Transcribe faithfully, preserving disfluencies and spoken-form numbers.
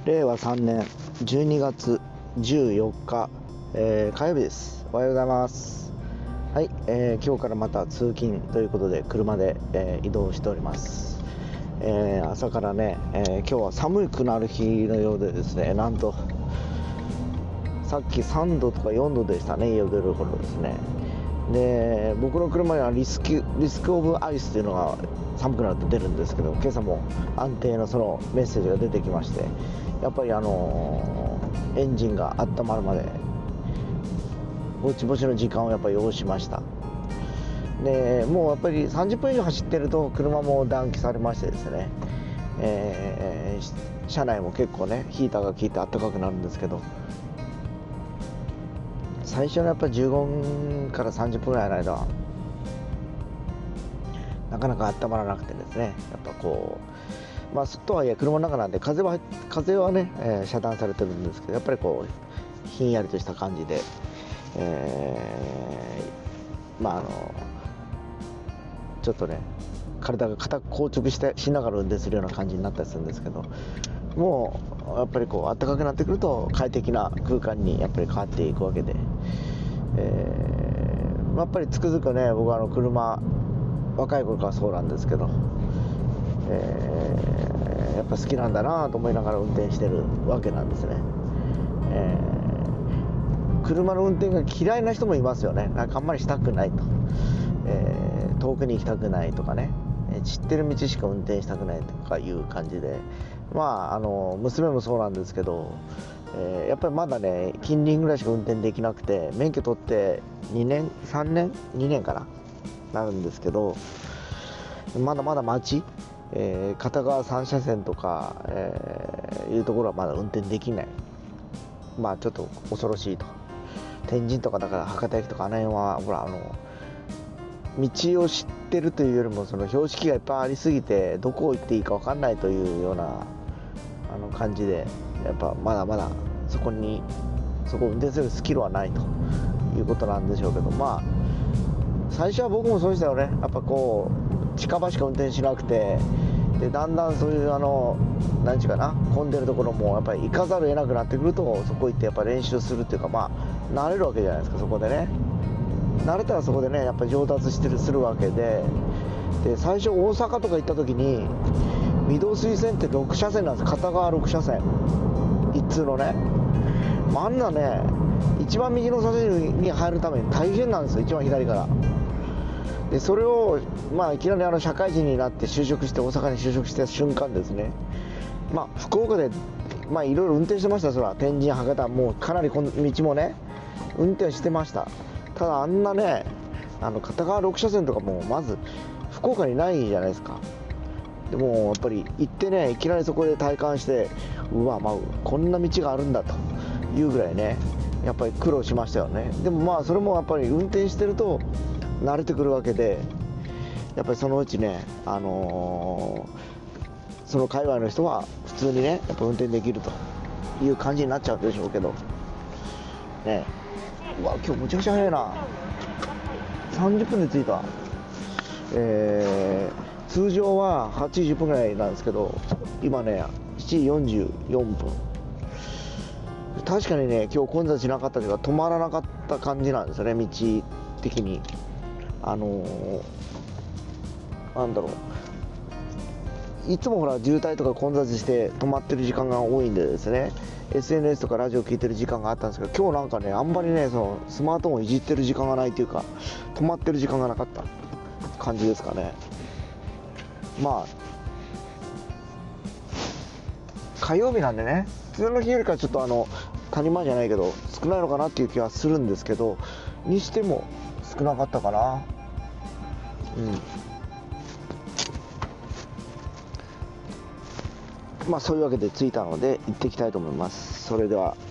れいわさんねんじゅうにがつじゅうよっか、えー、火曜日です。おはようございます。はい、えー、今日からまた通勤ということで車で、えー、移動しております。えー、朝からね、えー、今日は寒くなる日のようでですね、なんとさっきさんどとかよんどでしたね、家を出る頃ですね。で、僕の車にはリスクリスクオブアイスというのが寒くなると出るんですけど、今朝も安定のそのメッセージが出てきまして、やっぱりあのー、エンジンが温まるまでぼちぼちの時間をやっぱり要しました。でもうやっぱりさんじゅっぷん以上走ってると車も暖気されましてですね、えー、車内も結構ねヒーターが効いて暖かくなるんですけど、最初のやっぱりじゅうごふんからさんじゅっぷんぐらいの間はなかなか温まらなくてですね、やっぱこうまあとはいえ車の中なんで風は風はね、えー、遮断されてるんですけど、やっぱりこうひんやりとした感じで、えー、まああのちょっとね体が硬く硬直してしながら運転するような感じになったりするんですけど、もうやっぱりこう暖かくなってくると快適な空間にやっぱり変わっていくわけで、えー、やっぱりつくづくね、僕はあの車若い頃からそうなんですけど、えー、やっぱ好きなんだなと思いながら運転してるわけなんですね。えー、車の運転が嫌いな人もいますよね。なんかあんまりしたくないと、えー、遠くに行きたくないとかね、知ってる道しか運転したくないとかいう感じで、まああの娘もそうなんですけど、えー、やっぱりまだね近隣ぐらいしか運転できなくて、免許取ってにねんさんねんにねんかななるんですけど、まだまだ街、えー、片側さんしゃせんとか、えー、いうところはまだ運転できない。まあちょっと恐ろしいと。天神とかだから博多駅とかあの辺はほらあの道を知ってるというよりもその標識がいっぱいありすぎてどこを行っていいか分かんないというようなあの感じで、やっぱまだまだそこにそこを運転するスキルはないということなんでしょうけど、まあ最初は僕もそうでしたよね。やっぱこう近場しか運転しなくて、でだんだんそういうあの何て言うかな混んでるところもやっぱり行かざるを得なくなってくると、そこ行ってやっぱ練習するっていうか、まあ慣れるわけじゃないですか。そこでね慣れたらそこでねやっぱり上達してるするわけで、で最初大阪とか行った時に御堂筋線ってろくしゃせんなんです。片側ろくしゃせん一通のね、あんなね一番右の車線に入るために大変なんですよ、一番左から。でそれをまあいきなりあの社会人になって就職して大阪に就職した瞬間ですね、まあ福岡でまあいろいろ運転してました。それは天神博多もうかなりこの道もね運転してました。ただあんなねあの片側ろくしゃせんとかもまず福岡にないじゃないですか。でもやっぱり行ってねいきなりそこで体感して、うわまあこんな道があるんだというぐらいねやっぱり苦労しましたよね。でもまあそれもやっぱり運転してると慣れてくるわけで、やっぱりそのうちねあのー、その界隈の人は普通にねやっぱ運転できるという感じになっちゃうんでしょうけどね。うわ今日むちゃくちゃ早いな、さんじゅっぷんで着いた。えー、通常ははちじじゅっぷんぐらいなんですけど、今ねしちじよんじゅうよんぷん。確かにね今日混雑しなかったというか止まらなかった感じなんですよね、道的に。あのー、なんだろう、いつもほら渋滞とか混雑して止まってる時間が多いんでですね、 エスエヌエス とかラジオ聞いてる時間があったんですけど、今日なんかねあんまりねそのスマートフォンをいじってる時間がないというか止まってる時間がなかった感じですかね。まあ火曜日なんでね普通の日よりかちょっとあの谷間じゃないけど少ないのかなっていう気はするんですけど、にしても少なかったかな。うん、まあそういうわけで着いたので行ってきたいと思います。それでは